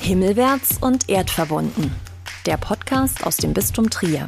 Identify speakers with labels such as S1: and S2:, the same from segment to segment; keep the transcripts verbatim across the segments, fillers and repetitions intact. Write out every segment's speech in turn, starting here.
S1: Himmelwärts und erdverbunden. Der Podcast aus dem Bistum Trier.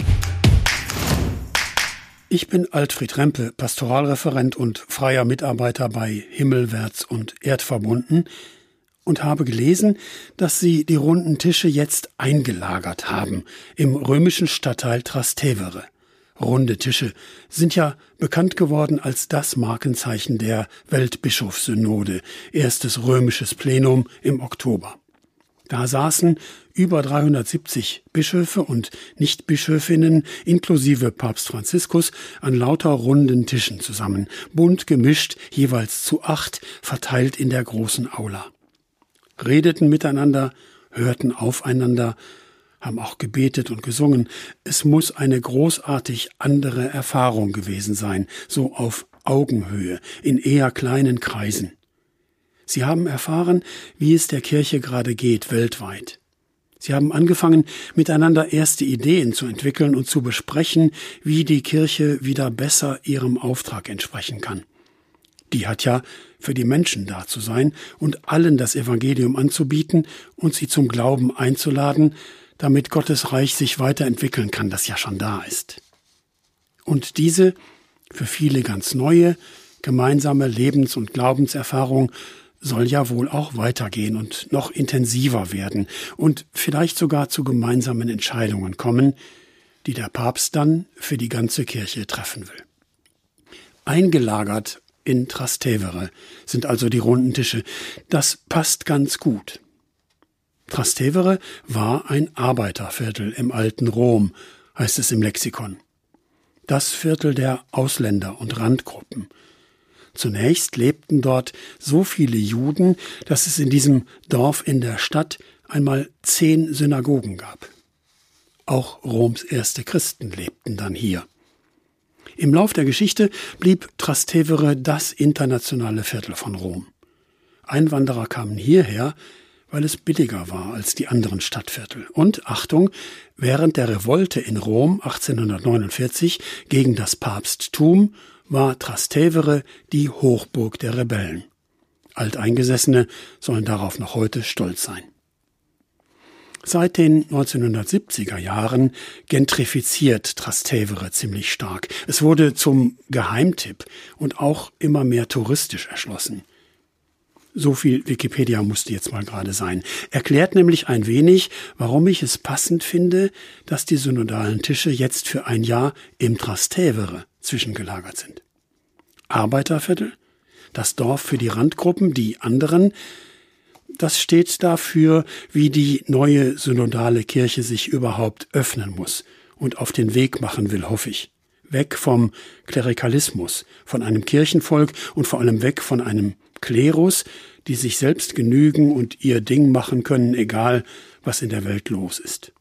S2: Ich bin Altfried Rempe, Pastoralreferent und freier Mitarbeiter bei Himmelwärts und erdverbunden und habe gelesen, dass sie die runden Tische jetzt eingelagert haben im römischen Stadtteil Trastevere. Runde Tische sind ja bekannt geworden als das Markenzeichen der Weltbischofssynode, erstes römisches Plenum im Oktober. Da saßen über dreihundertsiebzig Bischöfe und Nichtbischöfinnen inklusive Papst Franziskus an lauter runden Tischen zusammen, bunt gemischt, jeweils zu acht, verteilt in der großen Aula. Redeten miteinander, hörten aufeinander, haben auch gebetet und gesungen. Es muss eine großartig andere Erfahrung gewesen sein, so auf Augenhöhe, in eher kleinen Kreisen. Sie haben erfahren, wie es der Kirche gerade geht, weltweit. Sie haben angefangen, miteinander erste Ideen zu entwickeln und zu besprechen, wie die Kirche wieder besser ihrem Auftrag entsprechen kann. Die hat ja für die Menschen da zu sein und allen das Evangelium anzubieten und sie zum Glauben einzuladen, damit Gottes Reich sich weiterentwickeln kann, das ja schon da ist. Und diese, für viele ganz neue, gemeinsame Lebens- und Glaubenserfahrung soll ja wohl auch weitergehen und noch intensiver werden und vielleicht sogar zu gemeinsamen Entscheidungen kommen, die der Papst dann für die ganze Kirche treffen will. Eingelagert in Trastevere sind also die runden Tische. Das passt ganz gut. Trastevere war ein Arbeiterviertel im alten Rom, heißt es im Lexikon. Das Viertel der Ausländer und Randgruppen. Zunächst lebten dort so viele Juden, dass es in diesem Dorf in der Stadt einmal zehn Synagogen gab. Auch Roms erste Christen lebten dann hier. Im Lauf der Geschichte blieb Trastevere das internationale Viertel von Rom. Einwanderer kamen hierher, weil es billiger war als die anderen Stadtviertel. Und, Achtung, während der Revolte in Rom achtzehnhundertneunundvierzig gegen das Papsttum war Trastevere die Hochburg der Rebellen. Alteingesessene sollen darauf noch heute stolz sein. Seit den neunzehnhundertsiebziger Jahren gentrifiziert Trastevere ziemlich stark. Es wurde zum Geheimtipp und auch immer mehr touristisch erschlossen. So viel Wikipedia musste jetzt mal gerade sein. Erklärt nämlich ein wenig, warum ich es passend finde, dass die synodalen Tische jetzt für ein Jahr im Trastevere zwischengelagert sind. Arbeiterviertel, das Dorf für die Randgruppen, die anderen, das steht dafür, wie die neue synodale Kirche sich überhaupt öffnen muss und auf den Weg machen will, hoffe ich. Weg vom Klerikalismus, von einem Kirchenvolk und vor allem weg von einem Klerus, die sich selbst genügen und ihr Ding machen können, egal was in der Welt los ist.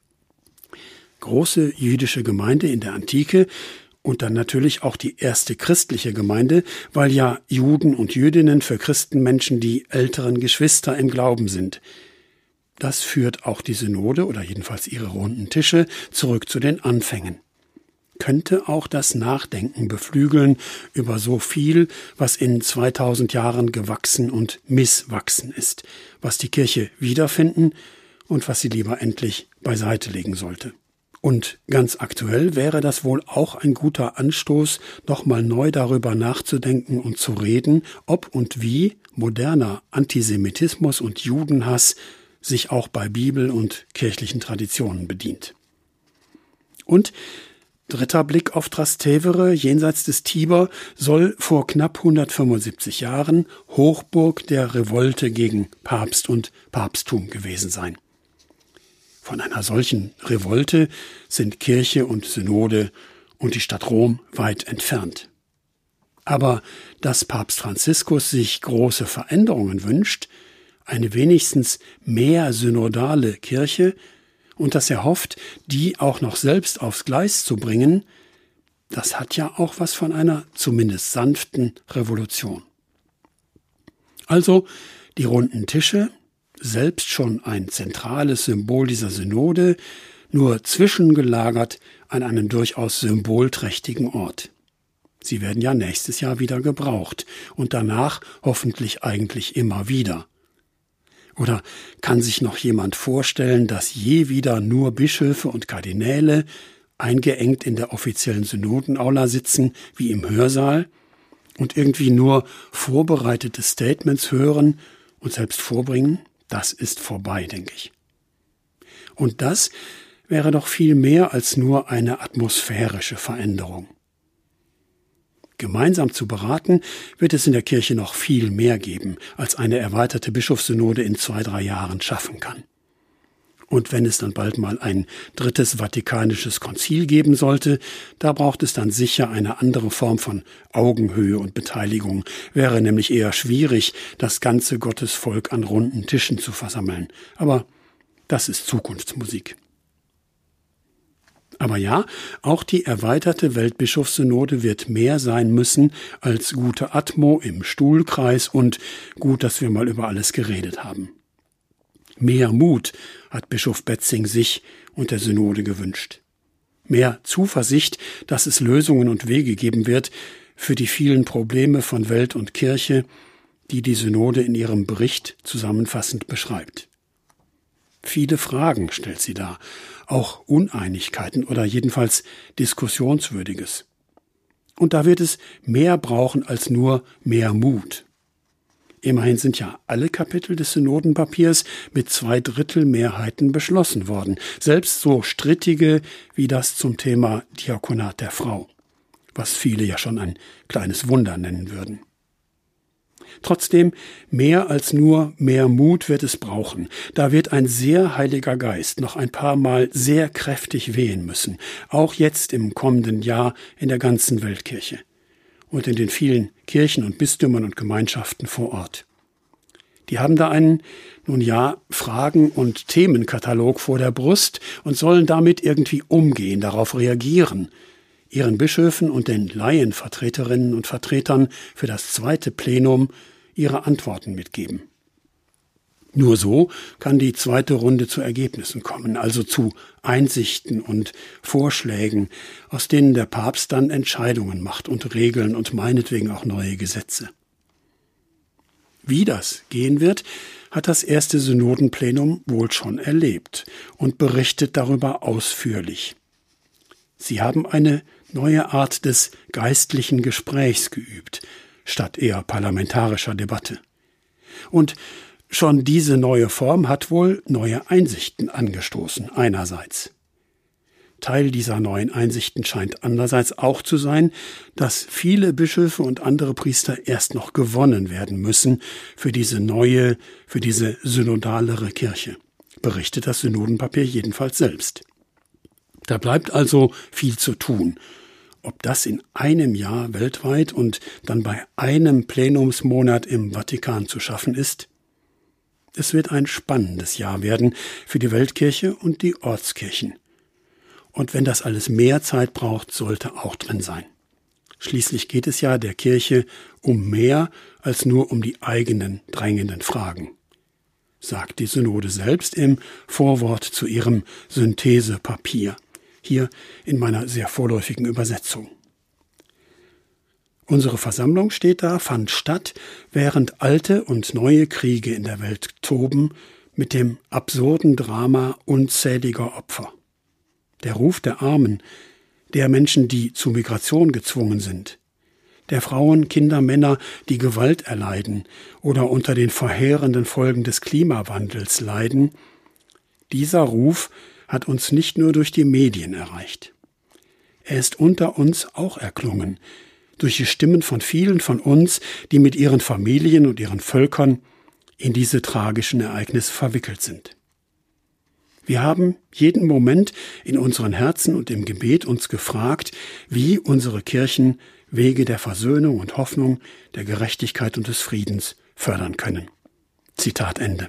S2: Große jüdische Gemeinde in der Antike und dann natürlich auch die erste christliche Gemeinde, weil ja Juden und Jüdinnen für Christenmenschen die älteren Geschwister im Glauben sind. Das führt auch die Synode oder jedenfalls ihre runden Tische zurück zu den Anfängen. Könnte auch das Nachdenken beflügeln über so viel, was in zweitausend Jahren gewachsen und misswachsen ist, was die Kirche wiederfinden und was sie lieber endlich beiseite legen sollte. Und ganz aktuell wäre das wohl auch ein guter Anstoß, nochmal neu darüber nachzudenken und zu reden, ob und wie moderner Antisemitismus und Judenhass sich auch bei Bibel und kirchlichen Traditionen bedient. Und dritter Blick auf Trastevere, jenseits des Tiber, soll vor knapp hundertfünfundsiebzig Jahren Hochburg der Revolte gegen Papst und Papsttum gewesen sein. Von einer solchen Revolte sind Kirche und Synode und die Stadt Rom weit entfernt. Aber dass Papst Franziskus sich große Veränderungen wünscht, eine wenigstens mehr synodale Kirche, und dass er hofft, die auch noch selbst aufs Gleis zu bringen, das hat ja auch was von einer zumindest sanften Revolution. Also die runden Tische, selbst schon ein zentrales Symbol dieser Synode, nur zwischengelagert an einem durchaus symbolträchtigen Ort. Sie werden ja nächstes Jahr wieder gebraucht und danach hoffentlich eigentlich immer wieder. Oder kann sich noch jemand vorstellen, dass je wieder nur Bischöfe und Kardinäle eingeengt in der offiziellen Synodenaula sitzen, wie im Hörsaal, und irgendwie nur vorbereitete Statements hören und selbst vorbringen? Das ist vorbei, denke ich. Und das wäre doch viel mehr als nur eine atmosphärische Veränderung. Gemeinsam zu beraten wird es in der Kirche noch viel mehr geben, als eine erweiterte Bischofssynode in zwei, drei Jahren schaffen kann. Und wenn es dann bald mal ein drittes Vatikanisches Konzil geben sollte, da braucht es dann sicher eine andere Form von Augenhöhe und Beteiligung. Wäre nämlich eher schwierig, das ganze Gottesvolk an runden Tischen zu versammeln. Aber das ist Zukunftsmusik. Aber ja, auch die erweiterte Weltbischofssynode wird mehr sein müssen als gute Atmo im Stuhlkreis und gut, dass wir mal über alles geredet haben. Mehr Mut hat Bischof Betzing sich und der Synode gewünscht. Mehr Zuversicht, dass es Lösungen und Wege geben wird für die vielen Probleme von Welt und Kirche, die die Synode in ihrem Bericht zusammenfassend beschreibt. Viele Fragen stellt sie dar, auch Uneinigkeiten oder jedenfalls Diskussionswürdiges. Und da wird es mehr brauchen als nur mehr Mut. Immerhin sind ja alle Kapitel des Synodenpapiers mit zwei Drittel Mehrheiten beschlossen worden, selbst so strittige wie das zum Thema Diakonat der Frau, was viele ja schon ein kleines Wunder nennen würden. Trotzdem, mehr als nur mehr Mut wird es brauchen. Da wird ein sehr heiliger Geist noch ein paar Mal sehr kräftig wehen müssen, auch jetzt im kommenden Jahr in der ganzen Weltkirche und in den vielen Kirchen und Bistümern und Gemeinschaften vor Ort. Die haben da einen, nun ja, Fragen- und Themenkatalog vor der Brust und sollen damit irgendwie umgehen, darauf reagieren, ihren Bischöfen und den Laienvertreterinnen und Vertretern für das zweite Plenum ihre Antworten mitgeben. Nur so kann die zweite Runde zu Ergebnissen kommen, also zu Einsichten und Vorschlägen, aus denen der Papst dann Entscheidungen macht und Regeln und meinetwegen auch neue Gesetze. Wie das gehen wird, hat das erste Synodenplenum wohl schon erlebt und berichtet darüber ausführlich. Sie haben eine neue Art des geistlichen Gesprächs geübt, statt eher parlamentarischer Debatte. Und schon diese neue Form hat wohl neue Einsichten angestoßen, einerseits. Teil dieser neuen Einsichten scheint andererseits auch zu sein, dass viele Bischöfe und andere Priester erst noch gewonnen werden müssen für diese neue, für diese synodalere Kirche, berichtet das Synodenpapier jedenfalls selbst. Da bleibt also viel zu tun. Ob das in einem Jahr weltweit und dann bei einem Plenumsmonat im Vatikan zu schaffen ist? Es wird ein spannendes Jahr werden für die Weltkirche und die Ortskirchen. Und wenn das alles mehr Zeit braucht, sollte auch drin sein. Schließlich geht es ja der Kirche um mehr als nur um die eigenen drängenden Fragen, sagt die Synode selbst im Vorwort zu ihrem Synthesepapier, hier in meiner sehr vorläufigen Übersetzung. Unsere Versammlung, steht da, fand statt, während alte und neue Kriege in der Welt toben, mit dem absurden Drama unzähliger Opfer. Der Ruf der Armen, der Menschen, die zu Migration gezwungen sind, der Frauen, Kinder, Männer, die Gewalt erleiden oder unter den verheerenden Folgen des Klimawandels leiden, dieser Ruf hat uns nicht nur durch die Medien erreicht. Er ist unter uns auch erklungen, durch die Stimmen von vielen von uns, die mit ihren Familien und ihren Völkern in diese tragischen Ereignisse verwickelt sind. Wir haben jeden Moment in unseren Herzen und im Gebet uns gefragt, wie unsere Kirchen Wege der Versöhnung und Hoffnung, der Gerechtigkeit und des Friedens fördern können. Zitat Ende.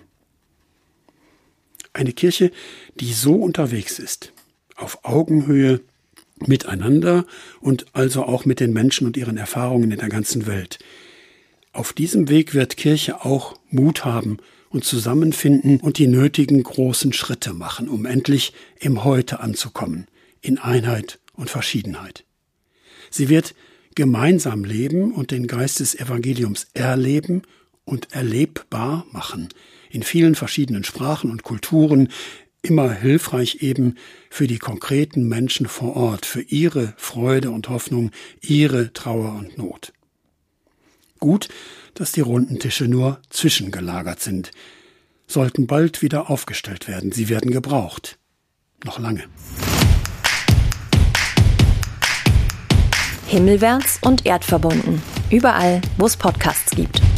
S2: Eine Kirche, die so unterwegs ist, auf Augenhöhe miteinander und also auch mit den Menschen und ihren Erfahrungen in der ganzen Welt. Auf diesem Weg wird Kirche auch Mut haben und zusammenfinden und die nötigen großen Schritte machen, um endlich im Heute anzukommen, in Einheit und Verschiedenheit. Sie wird gemeinsam leben und den Geist des Evangeliums erleben und erlebbar machen, in vielen verschiedenen Sprachen und Kulturen, immer hilfreich eben für die konkreten Menschen vor Ort, für ihre Freude und Hoffnung, ihre Trauer und Not. Gut, dass die runden Tische nur zwischengelagert sind, sollten bald wieder aufgestellt werden. Sie werden gebraucht. Noch lange.
S1: Himmelwärts und erdverbunden. Überall, wo es Podcasts gibt.